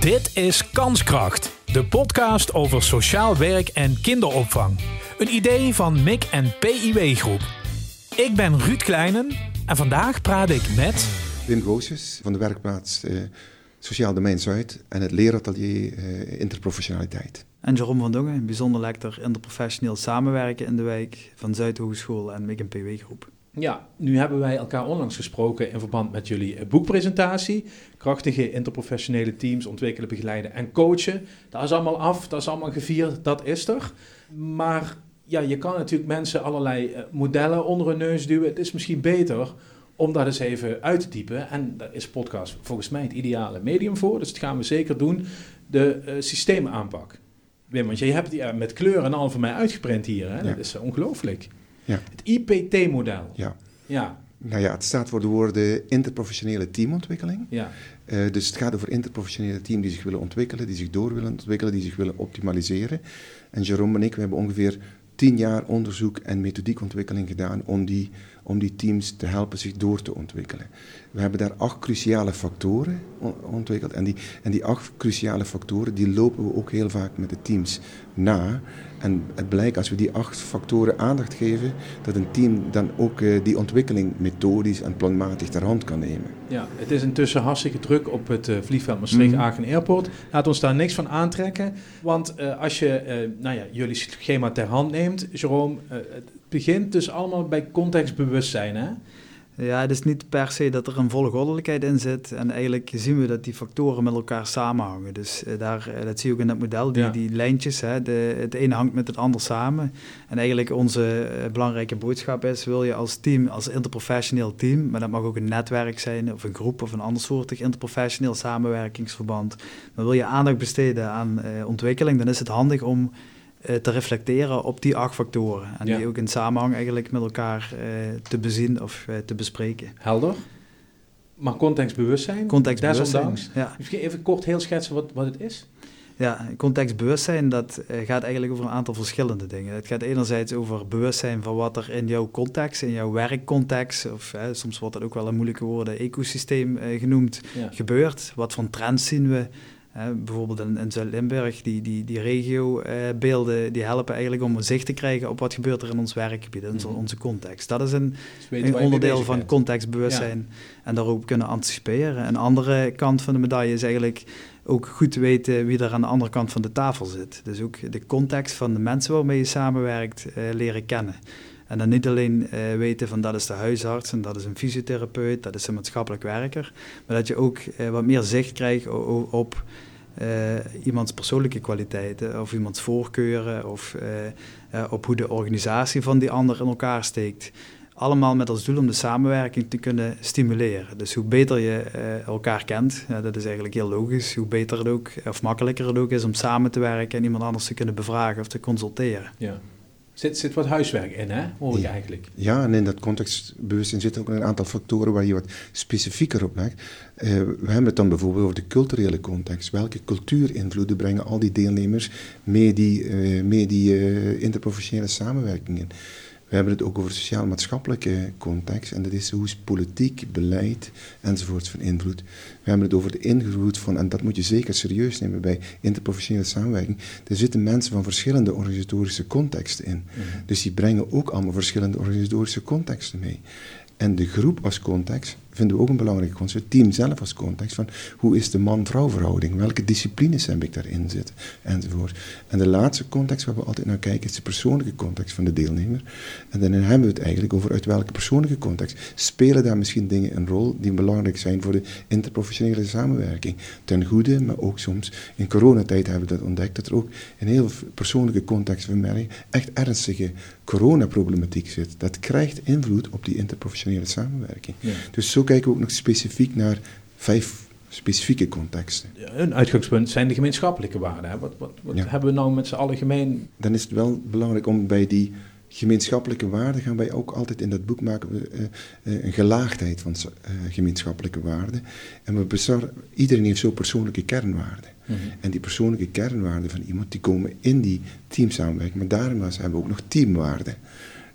Dit is Kanskracht, de podcast over sociaal werk en kinderopvang. Een idee van MIC en PIW Groep. Ik ben Ruud Kleinen en vandaag praat ik met... Wim Goossens van de werkplaats Sociaal Domein Zuid en het leeratelier Interprofessionaliteit. En Jerome van Dongen, bijzonder lector interprofessioneel samenwerken in de wijk van Zuid Hogeschool en MIC en PIW Groep. Ja, nu hebben wij elkaar onlangs gesproken in verband met jullie boekpresentatie. Krachtige interprofessionele teams ontwikkelen, begeleiden en coachen. Dat is allemaal af, dat is allemaal gevierd, dat is er. Maar ja, je kan natuurlijk mensen allerlei modellen onder hun neus duwen. Het is misschien beter om dat eens even uit te typen. En daar is podcast volgens mij het ideale medium voor. Dus dat gaan we zeker doen. De systeemaanpak. Wim, want je hebt die met kleur en al voor mij uitgeprint hier. Hè? Ja. Dat is ongelooflijk. Ja. Het IPT-model. Ja. Nou ja, het staat voor de woorden interprofessionele teamontwikkeling. Ja. Dus het gaat over interprofessionele teams die zich willen ontwikkelen, die zich door willen ontwikkelen, die zich willen optimaliseren. En Jerome en ik, we hebben ongeveer 10 jaar onderzoek en methodiekontwikkeling gedaan om die teams te helpen zich door te ontwikkelen. We hebben daar 8 cruciale factoren ontwikkeld. En die 8 cruciale factoren, die lopen we ook heel vaak met de teams na. En het blijkt, als we die 8 factoren aandacht geven, dat een team dan ook die ontwikkeling methodisch en planmatig ter hand kan nemen. Ja, het is intussen hartstikke druk op het vliegveld Maastricht-Aken Airport. Laat ons daar niks van aantrekken. Want als je jullie schema ter hand neemt, Jerome, het begint dus allemaal bij contextbewustzijn, hè? Ja, het is niet per se dat er een volgordelijkheid in zit. En eigenlijk zien we dat die factoren met elkaar samenhangen. Dus dat zie je ook in dat model, die lijntjes. Hè, het ene hangt met het ander samen. En eigenlijk onze belangrijke boodschap is, wil je als team, als interprofessioneel team, maar dat mag ook een netwerk zijn, of een groep, of een andersoortig interprofessioneel samenwerkingsverband. Maar wil je aandacht besteden aan ontwikkeling, dan is het handig om te reflecteren op die 8 factoren. En die ook in samenhang eigenlijk met elkaar te bezien of te bespreken. Helder. Maar contextbewustzijn? Contextbewustzijn, ja. Misschien even kort heel schetsen wat het is? Ja, contextbewustzijn, dat gaat eigenlijk over een aantal verschillende dingen. Het gaat enerzijds over bewustzijn van wat er in jouw context, in jouw werkcontext, of soms wordt het ook wel een moeilijke woorden, ecosysteem genoemd, gebeurt. Wat voor trends zien we? Bijvoorbeeld in Zuid-Limburg, die regiobeelden, die helpen eigenlijk om zicht te krijgen op wat gebeurt er in ons werkgebied, in onze context. Dat is een onderdeel van contextbewustzijn en daarop kunnen anticiperen. Een andere kant van de medaille is eigenlijk ook goed weten wie er aan de andere kant van de tafel zit. Dus ook de context van de mensen waarmee je samenwerkt leren kennen. En dan niet alleen weten van dat is de huisarts en dat is een fysiotherapeut, dat is een maatschappelijk werker. Maar dat je ook wat meer zicht krijgt op iemands persoonlijke kwaliteiten of iemands voorkeuren of op hoe de organisatie van die ander in elkaar steekt. Allemaal met als doel om de samenwerking te kunnen stimuleren. Dus hoe beter je elkaar kent, dat is eigenlijk heel logisch, hoe beter het ook, of makkelijker het ook is om samen te werken en iemand anders te kunnen bevragen of te consulteren. Ja. Zit wat huiswerk in, hè? Hoor ik eigenlijk. Ja, en in dat contextbewustzijn zitten ook een aantal factoren waar je wat specifieker op legt. We hebben het dan bijvoorbeeld over de culturele context. Welke cultuurinvloeden brengen al die deelnemers mee die interprofessionele samenwerking in? We hebben het ook over sociaal-maatschappelijke context. En dat is hoe is politiek, beleid enzovoorts van invloed. We hebben het over de invloed van, en dat moet je zeker serieus nemen bij interprofessionele samenwerking. Er zitten mensen van verschillende organisatorische contexten in. Mm-hmm. Dus die brengen ook allemaal verschillende organisatorische contexten mee. En de groep als context vinden we ook een belangrijke context. Het team zelf als context van hoe is de man-vrouw verhouding? Welke disciplines heb ik daarin zitten? Enzovoort. En de laatste context waar we altijd naar kijken is de persoonlijke context van de deelnemer. En dan hebben we het eigenlijk over uit welke persoonlijke context spelen daar misschien dingen een rol die belangrijk zijn voor de interprofessionele samenwerking. Ten goede, maar ook soms in coronatijd hebben we dat ontdekt dat er ook in heel persoonlijke context van merken echt ernstige coronaproblematiek zit. Dat krijgt invloed op die interprofessionele samenwerking. Ja. Dus zo kijken we ook nog specifiek naar 5 specifieke contexten. Ja, een uitgangspunt zijn de gemeenschappelijke waarden. Hè? Wat hebben we nou met z'n allen gemeen? Dan is het wel belangrijk om bij die gemeenschappelijke waarden gaan wij ook altijd in dat boek maken we een gelaagdheid van gemeenschappelijke waarden. En iedereen heeft zo persoonlijke kernwaarden. Mm-hmm. En die persoonlijke kernwaarden van iemand die komen in die teamsamenwerking. Maar daarnaast hebben we ook nog teamwaarden.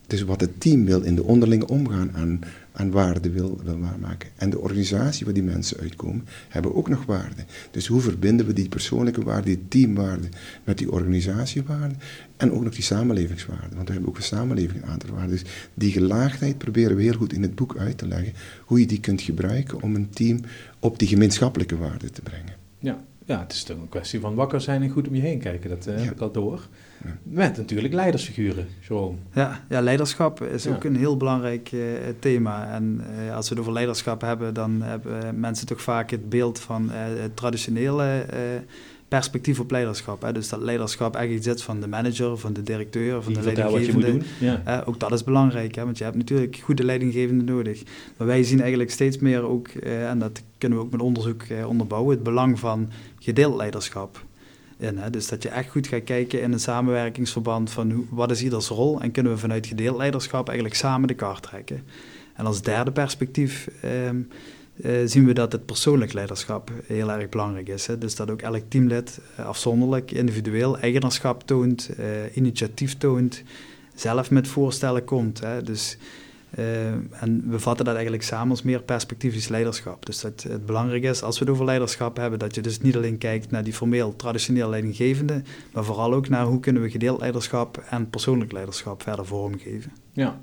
Dus wat het team wil in de onderlinge omgaan aan waarde wil waarmaken. En de organisatie waar die mensen uitkomen, hebben ook nog waarde. Dus hoe verbinden we die persoonlijke waarde, die teamwaarde, met die organisatiewaarde en ook nog die samenlevingswaarde. Want we hebben ook een samenleving een aantal waarden. Dus die gelaagdheid proberen we heel goed in het boek uit te leggen, hoe je die kunt gebruiken om een team op die gemeenschappelijke waarde te brengen. Ja, het is toch een kwestie van wakker zijn en goed om je heen kijken. Dat heb ik al door. Ja. Met natuurlijk leidersfiguren, Jerome. Ja, leiderschap is ook een heel belangrijk thema. En als we het over leiderschap hebben, dan hebben mensen toch vaak het beeld van het traditionele perspectief op leiderschap. Hè? Dus dat leiderschap echt iets is van de manager, van de directeur, van de leidinggevende. Wat je moet doen. Ook dat is belangrijk, hè? Want je hebt natuurlijk goede leidinggevende nodig. Maar wij zien eigenlijk steeds meer ook, en dat kunnen we ook met onderzoek onderbouwen, het belang van gedeeld leiderschap. Dus dat je echt goed gaat kijken in een samenwerkingsverband van wat is ieders rol en kunnen we vanuit gedeeld leiderschap eigenlijk samen de kar trekken. En als derde perspectief zien we dat het persoonlijk leiderschap heel erg belangrijk is. Hè? Dus dat ook elk teamlid afzonderlijk, individueel eigenaarschap toont, initiatief toont, zelf met voorstellen komt. Hè? Dus, en we vatten dat eigenlijk samen als meer perspectiefs leiderschap. Dus dat het belangrijk is, als we het over leiderschap hebben, dat je dus niet alleen kijkt naar die formeel traditioneel leidinggevende, maar vooral ook naar hoe kunnen we gedeeld leiderschap en persoonlijk leiderschap verder vormgeven. Ja,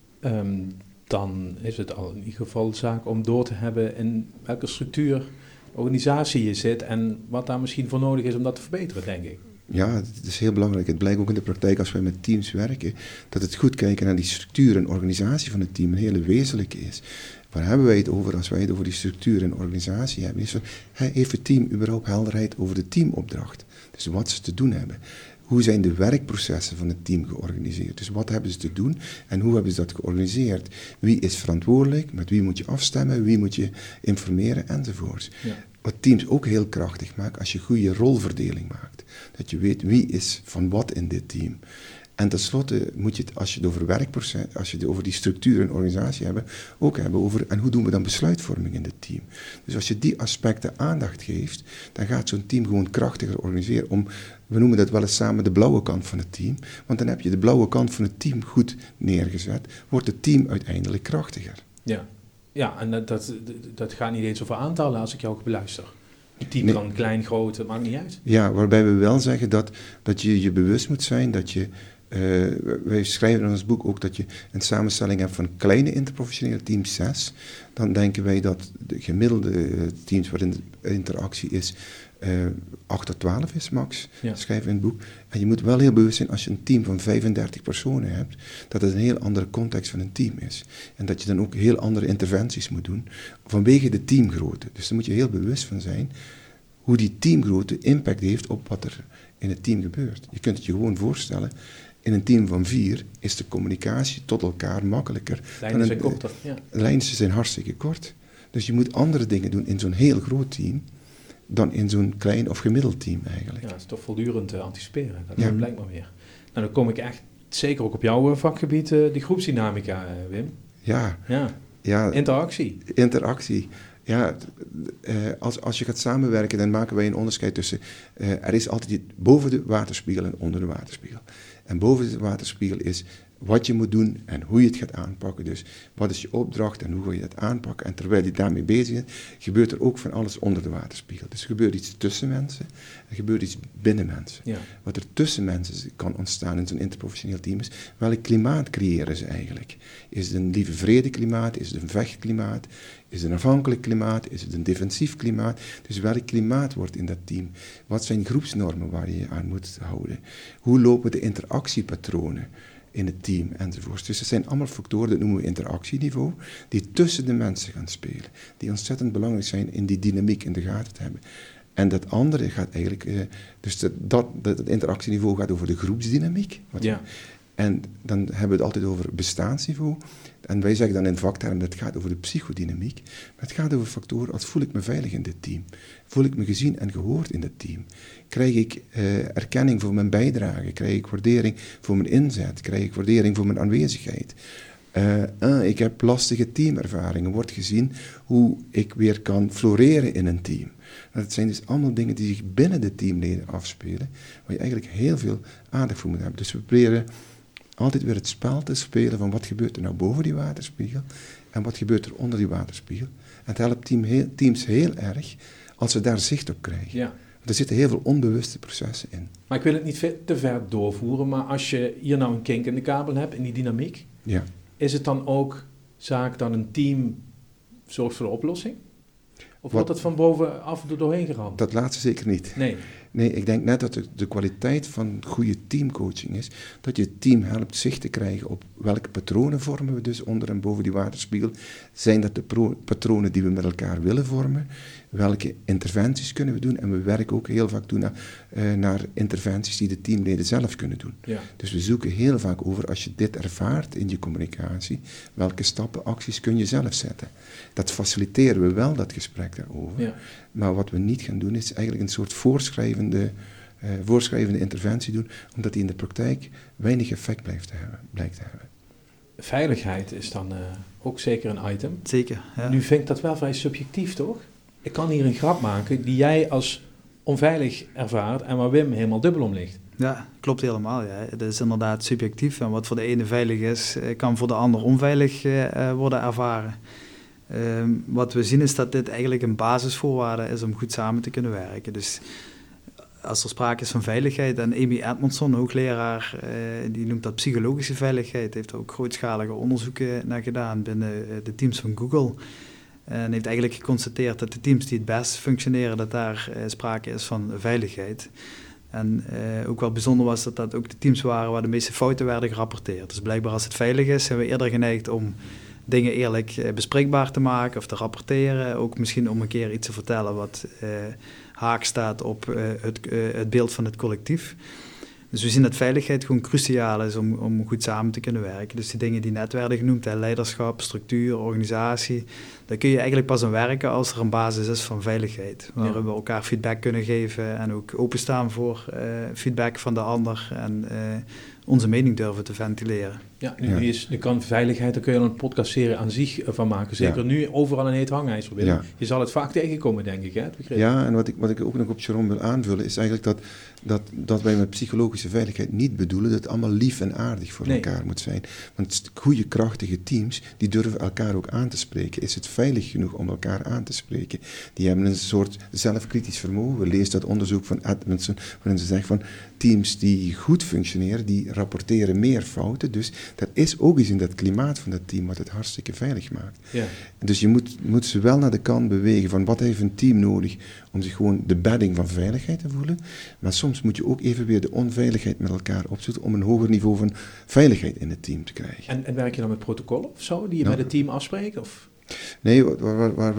dan is het al in ieder geval zaak om door te hebben in welke structuur, organisatie je zit en wat daar misschien voor nodig is om dat te verbeteren, denk ik. Ja, het is heel belangrijk. Het blijkt ook in de praktijk als wij met teams werken, dat het goed kijken naar die structuur en organisatie van het team een hele wezenlijke is. Waar hebben wij het over als wij het over die structuur en organisatie hebben? Heeft het team überhaupt helderheid over de teamopdracht? Dus wat ze te doen hebben. Hoe zijn de werkprocessen van het team georganiseerd? Dus wat hebben ze te doen en hoe hebben ze dat georganiseerd? Wie is verantwoordelijk? Met wie moet je afstemmen? Wie moet je informeren? Enzovoorts. Ja. Wat teams ook heel krachtig maakt als je goede rolverdeling maakt. Dat je weet wie is van wat in dit team. En tenslotte moet je het, als je het over werkproces, als je het over die structuur en organisatie hebt, ook hebben over, en hoe doen we dan besluitvorming in het team. Dus als je die aspecten aandacht geeft, dan gaat zo'n team gewoon krachtiger organiseren. We noemen dat wel eens samen de blauwe kant van het team. Want dan heb je de blauwe kant van het team goed neergezet, wordt het team uiteindelijk krachtiger. Ja, en dat gaat niet eens over aantallen als ik jou beluister. Het team kan klein, groot, het maakt niet uit. Ja, waarbij we wel zeggen dat je je bewust moet zijn dat je... wij schrijven in ons boek ook dat je een samenstelling hebt van kleine interprofessionele teams, 6. Dan denken wij dat de gemiddelde teams waarin de interactie is 8 tot 12 is max, schrijven we in het boek. En je moet wel heel bewust zijn als je een team van 35 personen hebt, dat het een heel andere context van een team is. En dat je dan ook heel andere interventies moet doen vanwege de teamgrootte. Dus daar moet je heel bewust van zijn hoe die teamgrootte impact heeft op wat er in het team gebeurt. Je kunt het je gewoon voorstellen, in een team van 4 is de communicatie tot elkaar makkelijker. Lijnen zijn korter. Lijnen zijn hartstikke kort. Dus je moet andere dingen doen in zo'n heel groot team dan in zo'n klein of gemiddeld team eigenlijk. Ja, het is toch voortdurend anticiperen. Dat blijkt maar weer. Nou, dan kom ik echt zeker ook op jouw vakgebied, die groepsdynamica, Wim. Ja. Interactie. Ja, als je gaat samenwerken, dan maken wij een onderscheid tussen... er is altijd boven de waterspiegel en onder de waterspiegel. En boven de waterspiegel is wat je moet doen en hoe je het gaat aanpakken. Dus wat is je opdracht en hoe wil je dat aanpakken. En terwijl je daarmee bezig bent, gebeurt er ook van alles onder de waterspiegel. Dus er gebeurt iets tussen mensen, er gebeurt iets binnen mensen. Ja. Wat er tussen mensen kan ontstaan in zo'n interprofessioneel team is, welk klimaat creëren ze eigenlijk? Is het een lieve vrede klimaat? Is het een vechtklimaat? Is het een afhankelijk klimaat? Is het een defensief klimaat? Dus welk klimaat wordt in dat team? Wat zijn groepsnormen waar je je aan moet houden? Hoe lopen de interactiepatronen in het team enzovoort? Dus het zijn allemaal factoren, dat noemen we interactieniveau, die tussen de mensen gaan spelen. Die ontzettend belangrijk zijn in die dynamiek in de gaten te hebben. En dat andere gaat eigenlijk, dus dat interactieniveau gaat over de groepsdynamiek. En dan hebben we het altijd over bestaansniveau. En wij zeggen dan in vaktermen dat het gaat over de psychodynamiek. Maar het gaat over factoren als voel ik me veilig in dit team? Voel ik me gezien en gehoord in dit team? Krijg ik erkenning voor mijn bijdrage? Krijg ik waardering voor mijn inzet? Krijg ik waardering voor mijn aanwezigheid? Ik heb lastige teamervaringen. Wordt gezien hoe ik weer kan floreren in een team. Dat zijn dus allemaal dingen die zich binnen de teamleden afspelen, waar je eigenlijk heel veel aandacht voor moet hebben. Dus we proberen altijd weer het spel te spelen van wat gebeurt er nou boven die waterspiegel en wat gebeurt er onder die waterspiegel. En het helpt teams heel erg als ze daar zicht op krijgen. Ja. Er zitten heel veel onbewuste processen in. Maar ik wil het niet te ver doorvoeren, maar als je hier nou een kink in de kabel hebt, in die dynamiek, Ja. is het dan ook zaak dat een team zorgt voor de oplossing? Of wordt het van bovenaf er doorheen geramd? Dat laatste zeker niet. Nee, ik denk net dat de kwaliteit van goede teamcoaching is, dat je het team helpt zicht te krijgen op welke patronen vormen we dus onder en boven die waterspiegel. Zijn dat de patronen die we met elkaar willen vormen? Welke interventies kunnen we doen? En we werken ook heel vaak toe naar interventies die de teamleden zelf kunnen doen. Ja. Dus we zoeken heel vaak over, als je dit ervaart in je communicatie, welke stappen, acties kun je zelf zetten. Dat faciliteren we wel, dat gesprek daarover. Ja. Maar wat we niet gaan doen, is eigenlijk een soort voorschrijvende interventie doen, omdat die in de praktijk weinig effect blijkt te hebben. Veiligheid is dan ook zeker een item. Zeker, ja. Nu vind ik dat wel vrij subjectief, toch? Ik kan hier een grap maken die jij als onveilig ervaart en waar Wim helemaal dubbel om ligt. Ja, klopt helemaal. Ja. Het is inderdaad subjectief en wat voor de ene veilig is, kan voor de ander onveilig worden ervaren. Wat we zien is dat dit eigenlijk een basisvoorwaarde is om goed samen te kunnen werken. Dus als er sprake is van veiligheid, en Amy Edmondson, hoogleraar, die noemt dat psychologische veiligheid, heeft er ook grootschalige onderzoeken naar gedaan binnen de teams van Google. En heeft eigenlijk geconstateerd dat de teams die het best functioneren, dat daar sprake is van veiligheid. En ook wel bijzonder was dat ook de teams waren waar de meeste fouten werden gerapporteerd. Dus blijkbaar als het veilig is, zijn we eerder geneigd om dingen eerlijk bespreekbaar te maken of te rapporteren. Ook misschien om een keer iets te vertellen wat haak staat op het beeld van het collectief. Dus we zien dat veiligheid gewoon cruciaal is om goed samen te kunnen werken. Dus die dingen die net werden genoemd, leiderschap, structuur, organisatie, daar kun je eigenlijk pas aan werken als er een basis is van veiligheid. Waarin we elkaar feedback kunnen geven en ook openstaan voor feedback van de ander en onze mening durven te ventileren. Ja, nu kan veiligheid, daar kun je een podcastserie aan zich van maken. Zeker nu overal een heet hangijzer. Ja. Je zal het vaak tegenkomen, denk ik. Hè, het begrip. Ja, en wat ik ook nog op Jerome wil aanvullen, is eigenlijk dat wij met psychologische veiligheid niet bedoelen dat het allemaal lief en aardig voor elkaar moet zijn. Want goede, krachtige teams, die durven elkaar ook aan te spreken. Is het veilig genoeg om elkaar aan te spreken? Die hebben een soort zelfkritisch vermogen. We lezen dat onderzoek van Edmondson, waarin ze zegt van teams die goed functioneren, die rapporteren meer fouten. Dus dat is ook iets in dat klimaat van dat team wat het hartstikke veilig maakt. Ja. Dus je moet ze wel naar de kant bewegen van wat heeft een team nodig om zich gewoon de bedding van veiligheid te voelen. Maar soms moet je ook even weer de onveiligheid met elkaar opzoeken om een hoger niveau van veiligheid in het team te krijgen. En werk je dan met protocollen of zo, die je met het team afspreekt? Of? Nee, waar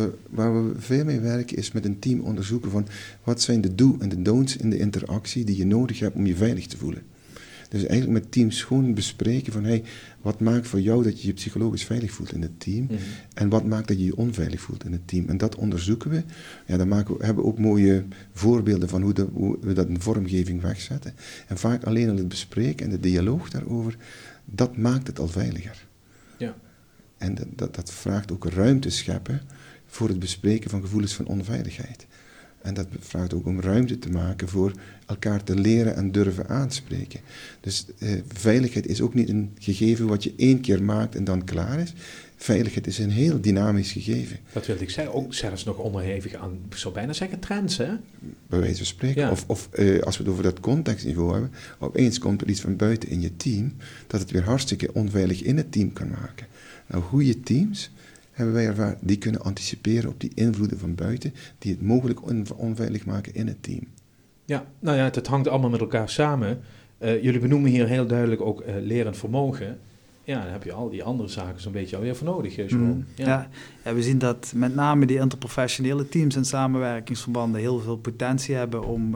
we veel mee werken is met een team onderzoeken van wat zijn de do en de don'ts in de interactie die je nodig hebt om je veilig te voelen. Dus eigenlijk met teams gewoon bespreken van wat maakt voor jou dat je je psychologisch veilig voelt in het team en wat maakt dat je je onveilig voelt in het team. En dat onderzoeken we. Ja, dan hebben we ook mooie voorbeelden van hoe we dat in vormgeving wegzetten. En vaak alleen al het bespreken en de dialoog daarover, dat maakt het al veiliger. Ja. En dat vraagt ook ruimte scheppen voor het bespreken van gevoelens van onveiligheid. En dat vraagt ook om ruimte te maken voor elkaar te leren en durven aanspreken. Dus veiligheid is ook niet een gegeven wat je 1 keer maakt en dan klaar is. Veiligheid is een heel dynamisch gegeven. Dat wilde ik zeggen, ook zelfs nog onderhevig aan, ik zou bijna zeggen, trends, hè? Bij wijze van spreken. Ja. Of als we het over dat contextniveau hebben, opeens komt er iets van buiten in je team, dat het weer hartstikke onveilig in het team kan maken. Nou, goede teams hebben wij ervaren, die kunnen anticiperen op die invloeden van buiten, die het mogelijk onveilig maken in het team. Ja, nou ja, het hangt allemaal met elkaar samen. Jullie benoemen hier heel duidelijk ook lerend vermogen. Ja, dan heb je al die andere zaken zo'n beetje alweer voor nodig. Ja, we zien dat met name die interprofessionele teams en samenwerkingsverbanden heel veel potentie hebben om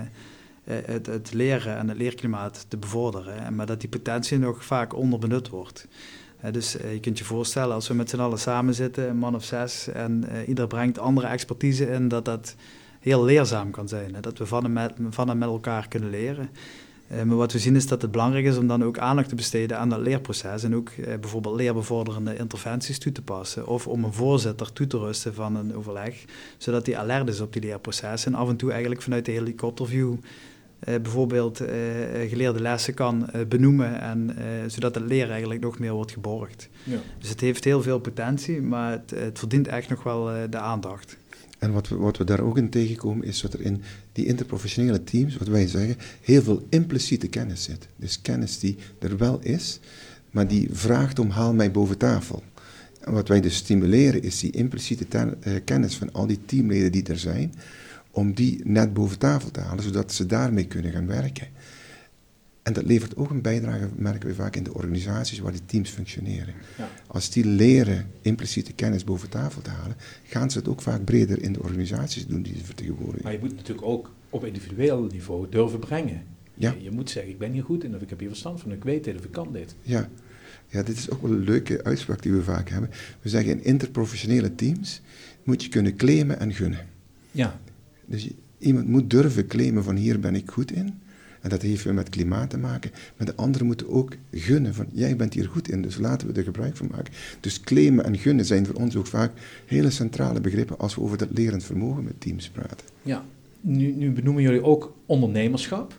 het leren en het leerklimaat te bevorderen. Maar dat die potentie nog vaak onderbenut wordt. Dus je kunt je voorstellen, als we met z'n allen samen zitten, een man of 6, en ieder brengt andere expertise in, dat heel leerzaam kan zijn. Hè? Dat we van en met elkaar kunnen leren. Maar wat we zien is dat het belangrijk is om dan ook aandacht te besteden aan dat leerproces en ook bijvoorbeeld leerbevorderende interventies toe te passen of om een voorzitter toe te rusten van een overleg, zodat hij alert is op die leerprocessen en af en toe eigenlijk vanuit de helikopterview bijvoorbeeld geleerde lessen kan benoemen en zodat het leren eigenlijk nog meer wordt geborgd. Ja. Dus het heeft heel veel potentie, maar het verdient echt nog wel de aandacht. En wat we daar ook in tegenkomen is dat er in die interprofessionele teams, wat wij zeggen, heel veel impliciete kennis zit. Dus kennis die er wel is, maar die vraagt om haal mij boven tafel. En wat wij dus stimuleren is die impliciete kennis van al die teamleden die er zijn, om die net boven tafel te halen, zodat ze daarmee kunnen gaan werken. En dat levert ook een bijdrage, merken we vaak, in de organisaties waar die teams functioneren. Ja. Als die leren impliciete kennis boven tafel te halen, gaan ze het ook vaak breder in de organisaties doen die ze vertegenwoordigen. Maar je moet natuurlijk ook op individueel niveau durven brengen. Ja. Je moet zeggen, ik ben hier goed in, of ik heb hier verstand van, ik weet dit, of ik kan dit. Ja, dit is ook wel een leuke uitspraak die we vaak hebben. We zeggen in interprofessionele teams moet je kunnen claimen en gunnen. Ja. Dus iemand moet durven claimen van hier ben ik goed in. En dat heeft weer met klimaat te maken. Maar de anderen moeten ook gunnen van jij bent hier goed in, dus laten we er gebruik van maken. Dus claimen en gunnen zijn voor ons ook vaak hele centrale begrippen als we over dat lerend vermogen met teams praten. Ja, nu benoemen jullie ook ondernemerschap.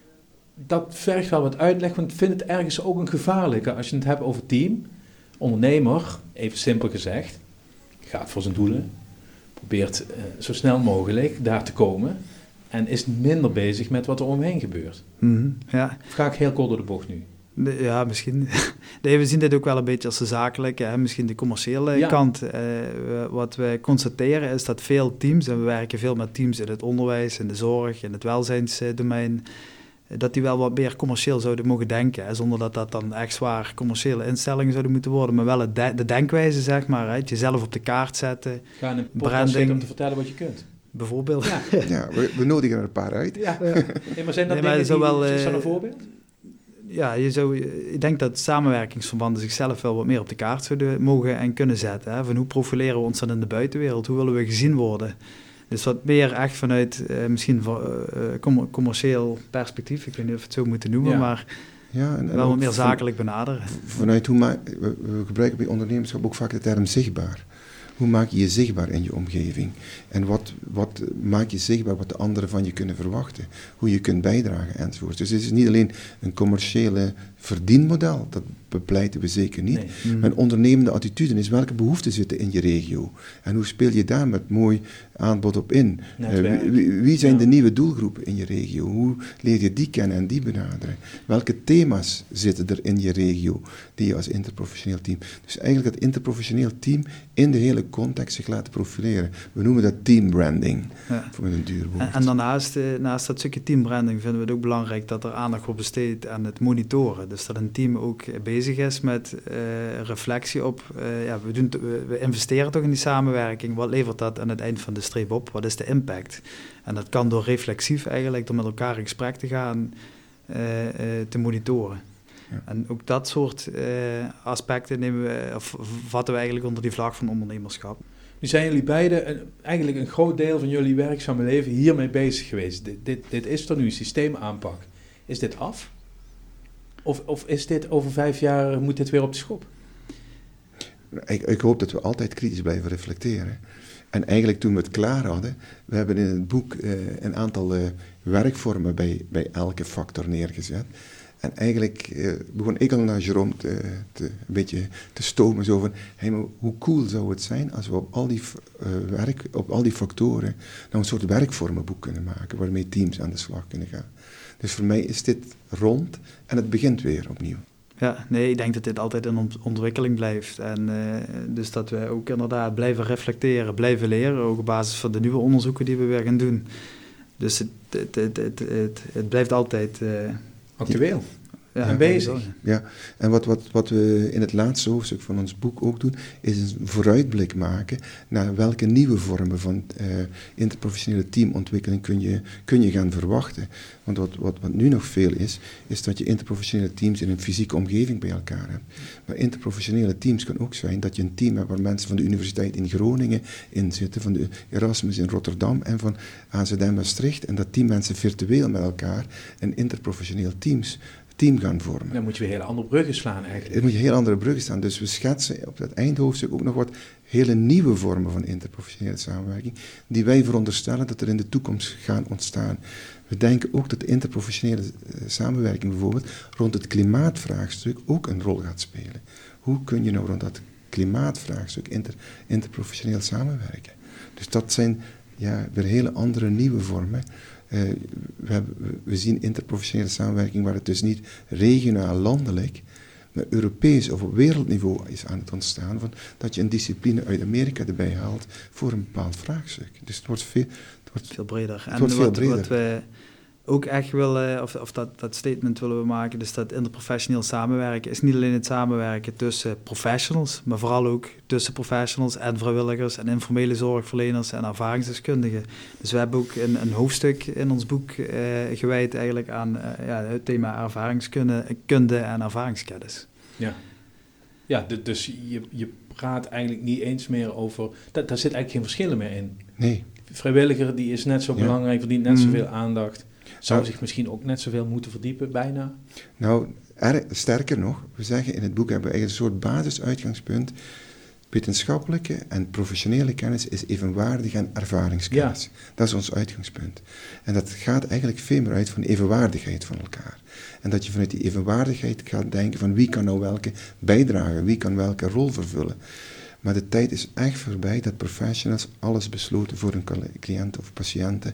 Dat vergt wel wat uitleg, want ik vind het ergens ook een gevaarlijke als je het hebt over team. Ondernemer, even simpel gezegd, gaat voor zijn doelen, probeert zo snel mogelijk daar te komen en is minder bezig met wat er omheen gebeurt. Mm-hmm, ja. Of ga ik heel kort door de bocht nu? Ja, misschien. Nee, we zien dit ook wel een beetje als de zakelijke, misschien de commerciële kant. Wat we constateren is dat veel teams, en we werken veel met teams in het onderwijs, in de zorg, in het welzijnsdomein, dat die wel wat meer commercieel zouden mogen denken. Zonder dat dat dan echt zwaar commerciële instellingen zouden moeten worden. Maar wel de denkwijze, zeg maar. Het jezelf op de kaart zetten. Ga in een podcast zitten om te vertellen wat je kunt. Bijvoorbeeld. Ja, ja we nodigen er een paar uit. Ja. Nee, maar zijn dat dingen is dat een voorbeeld? Ja, ik denk dat samenwerkingsverbanden zichzelf wel wat meer op de kaart zouden mogen en kunnen zetten. Hè? Van hoe profileren we ons dan in de buitenwereld? Hoe willen we gezien worden? Dus wat meer echt vanuit misschien commercieel perspectief, ik weet niet of we het zo moeten noemen, maar en wel wat meer zakelijk benaderen. Vanuit we gebruiken bij ondernemerschap ook vaak de term zichtbaar. Hoe maak je je zichtbaar in je omgeving? En wat maak je zichtbaar wat de anderen van je kunnen verwachten? Hoe je kunt bijdragen enzovoort. Dus het is niet alleen een commerciële verdienmodel, dat bepleiten we zeker niet. Nee. Maar een ondernemende attitude is welke behoeften zitten in je regio. En hoe speel je daar met mooi aanbod op in? Wie zijn de nieuwe doelgroepen in je regio? Hoe leer je die kennen en die benaderen? Welke thema's zitten er in je regio die je als interprofessioneel team... Dus eigenlijk dat interprofessioneel team in de hele context zich laten profileren. We noemen dat teambranding, voor een duur woord. En daarnaast, naast dat stukje teambranding vinden we het ook belangrijk dat er aandacht wordt besteed aan het monitoren. Dus dat een team ook bezig is met reflectie op... we investeren toch in die samenwerking. Wat levert dat aan het eind van de streep op? Wat is de impact? En dat kan door reflexief eigenlijk, door met elkaar in gesprek te gaan, te monitoren. Ja. En ook dat soort aspecten vatten we eigenlijk onder die vlag van ondernemerschap. Nu zijn jullie beiden eigenlijk een groot deel van jullie werkzame leven hiermee bezig geweest. Dit is er nu, systeemaanpak. Is dit af? Of is dit over 5 jaar, moet dit weer op de schop? Ik hoop dat we altijd kritisch blijven reflecteren. En eigenlijk toen we het klaar hadden, we hebben in het boek een aantal werkvormen bij elke factor neergezet. En eigenlijk begon ik al naar Jerome een beetje te stomen, zo van, maar hoe cool zou het zijn als we op al die factoren nou een soort werkvormenboek kunnen maken, waarmee teams aan de slag kunnen gaan. Dus voor mij is dit rond en het begint weer opnieuw. Ja, nee, ik denk dat dit altijd een ontwikkeling blijft. En dus dat we ook inderdaad blijven reflecteren, blijven leren, ook op basis van de nieuwe onderzoeken die we weer gaan doen. Dus het blijft altijd... actueel. En bezig. Ja, en wat we in het laatste hoofdstuk van ons boek ook doen, is een vooruitblik maken naar welke nieuwe vormen van interprofessionele teamontwikkeling kun je gaan verwachten. Want wat nu nog veel is dat je interprofessionele teams in een fysieke omgeving bij elkaar hebt. Maar interprofessionele teams kan ook zijn dat je een team hebt waar mensen van de Universiteit in Groningen in zitten, van de Erasmus in Rotterdam en van AZM Maastricht, en dat die mensen virtueel met elkaar een interprofessioneel teams team gaan vormen. Dan moet je weer hele andere bruggen slaan eigenlijk. Er moet je heel andere bruggen staan. Dus we schetsen op dat eindhoofdstuk ook nog wat hele nieuwe vormen van interprofessionele samenwerking, die wij veronderstellen dat er in de toekomst gaan ontstaan. We denken ook dat de interprofessionele samenwerking bijvoorbeeld rond het klimaatvraagstuk ook een rol gaat spelen. Hoe kun je nou rond dat klimaatvraagstuk interprofessioneel samenwerken? Dus dat zijn weer hele andere nieuwe vormen. We zien interprofessionele samenwerking waar het dus niet regionaal, landelijk, maar Europees of op wereldniveau is aan het ontstaan, van dat je een discipline uit Amerika erbij haalt voor een bepaald vraagstuk. Dus het wordt veel breder. Het wordt veel breder. Wat we ook echt willen, of dat statement willen we maken, dus dat interprofessioneel samenwerken is niet alleen het samenwerken tussen professionals, maar vooral ook tussen professionals en vrijwilligers en informele zorgverleners en ervaringsdeskundigen. Dus we hebben ook een hoofdstuk in ons boek gewijd eigenlijk aan het thema ervaringskunde en ervaringskennis. Ja, dus je praat eigenlijk niet eens meer over, daar zit eigenlijk geen verschillen meer in. Nee. Vrijwilliger die is net zo belangrijk, verdient net zoveel aandacht. Zou zich misschien ook net zoveel moeten verdiepen, bijna? Nou, sterker nog, we zeggen in het boek hebben we eigenlijk een soort basisuitgangspunt. Wetenschappelijke en professionele kennis is evenwaardig aan ervaringskennis. Ja. Dat is ons uitgangspunt. En dat gaat eigenlijk veel meer uit van de evenwaardigheid van elkaar. En dat je vanuit die evenwaardigheid gaat denken van wie kan nou welke bijdragen, wie kan welke rol vervullen. Maar de tijd is echt voorbij dat professionals alles besloten voor hun cliënten of patiënten.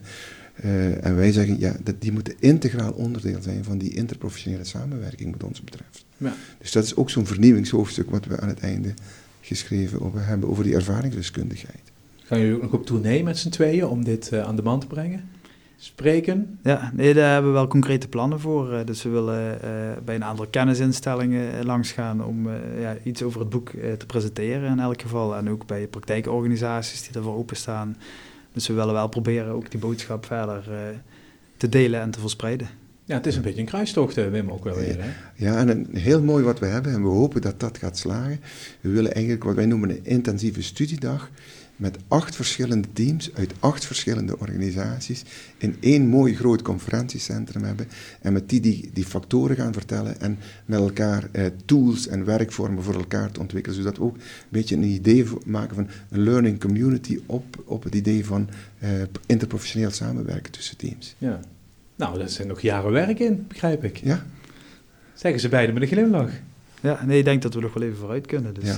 En wij zeggen, dat die moeten integraal onderdeel zijn van die interprofessionele samenwerking wat ons betreft. Ja. Dus dat is ook zo'n vernieuwingshoofdstuk wat we aan het einde geschreven hebben over die ervaringsdeskundigheid. Gaan jullie ook nog op tournee met z'n tweeën om dit aan de man te brengen? Spreken? Ja, nee, daar hebben we wel concrete plannen voor. Dus we willen bij een aantal kennisinstellingen langsgaan om iets over het boek te presenteren in elk geval. En ook bij praktijkorganisaties die daarvoor openstaan. Dus we willen wel proberen ook die boodschap verder te delen en te verspreiden. Ja, het is een beetje een kruistocht, Wim, ook wel weer. Hè? Ja, en heel mooi wat we hebben, en we hopen dat dat gaat slagen. We willen eigenlijk wat wij noemen een intensieve studiedag met 8 verschillende teams uit 8 verschillende organisaties in 1 mooi groot conferentiecentrum hebben en met die factoren gaan vertellen en met elkaar tools en werkvormen voor elkaar te ontwikkelen, zodat we ook een beetje een idee maken van een learning community op het idee van interprofessioneel samenwerken tussen teams. Ja. Nou, dat zijn nog jaren werk in, begrijp ik. Ja. Zeggen ze beiden met een glimlach. Ja, nee, ik denk dat we nog wel even vooruit kunnen. Dus,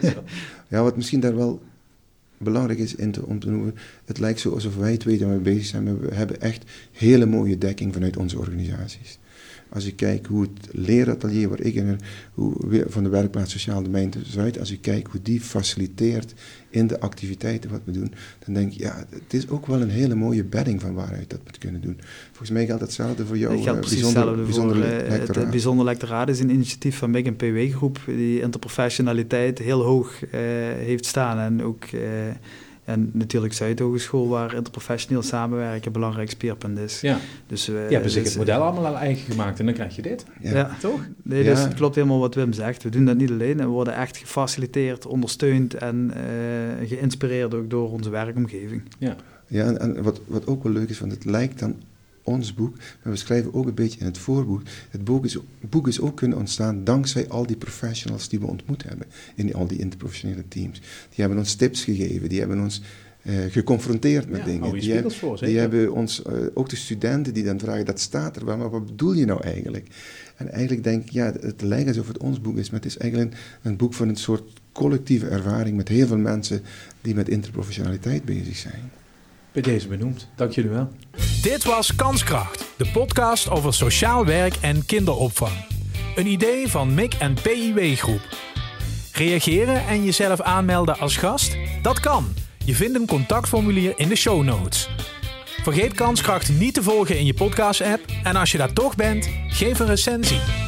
ja, wat misschien daar wel belangrijk is om te noemen, het lijkt zo alsof wij 2 daarmee bezig zijn, maar we hebben echt hele mooie dekking vanuit onze organisaties. Als ik kijk hoe het leeratelier waar ik in van de werkplaats Sociaal Domein Zuid, als ik kijk hoe die faciliteert in de activiteiten wat we doen, dan denk ik, het is ook wel een hele mooie bedding van waaruit dat we het kunnen doen. Volgens mij geldt hetzelfde voor jou. Het geldt precies hetzelfde voor het Bijzonder Lectoraat is een initiatief van MIG en PW Groep, die interprofessionaliteit heel hoog heeft staan en ook... En natuurlijk Zuidhogeschool, waar interprofessioneel samenwerken een belangrijk speerpunt is. Ja, dus we hebben zich het model allemaal al eigen gemaakt en dan krijg je dit. Ja. Toch? Nee, dus het klopt helemaal wat Wim zegt. We doen dat niet alleen en we worden echt gefaciliteerd, ondersteund en geïnspireerd ook door onze werkomgeving. Ja, en wat ook wel leuk is, want het lijkt dan ons boek, maar we schrijven ook een beetje in het voorboek. Het boek is ook kunnen ontstaan dankzij al die professionals die we ontmoet hebben in al die interprofessionele teams. Die hebben ons tips gegeven, die hebben ons geconfronteerd met dingen. Die hebben ons, ook de studenten die dan vragen, dat staat er wel, maar wat bedoel je nou eigenlijk? En eigenlijk denk ik, het lijkt alsof het ons boek is, maar het is eigenlijk een boek van een soort collectieve ervaring met heel veel mensen die met interprofessionaliteit bezig zijn. Bij deze benoemd. Dank jullie wel. Dit was Kanskracht, de podcast over sociaal werk en kinderopvang. Een idee van MIG en PIW Groep. Reageren en jezelf aanmelden als gast? Dat kan. Je vindt een contactformulier in de show notes. Vergeet Kanskracht niet te volgen in je podcast-app en als je daar toch bent, geef een recensie.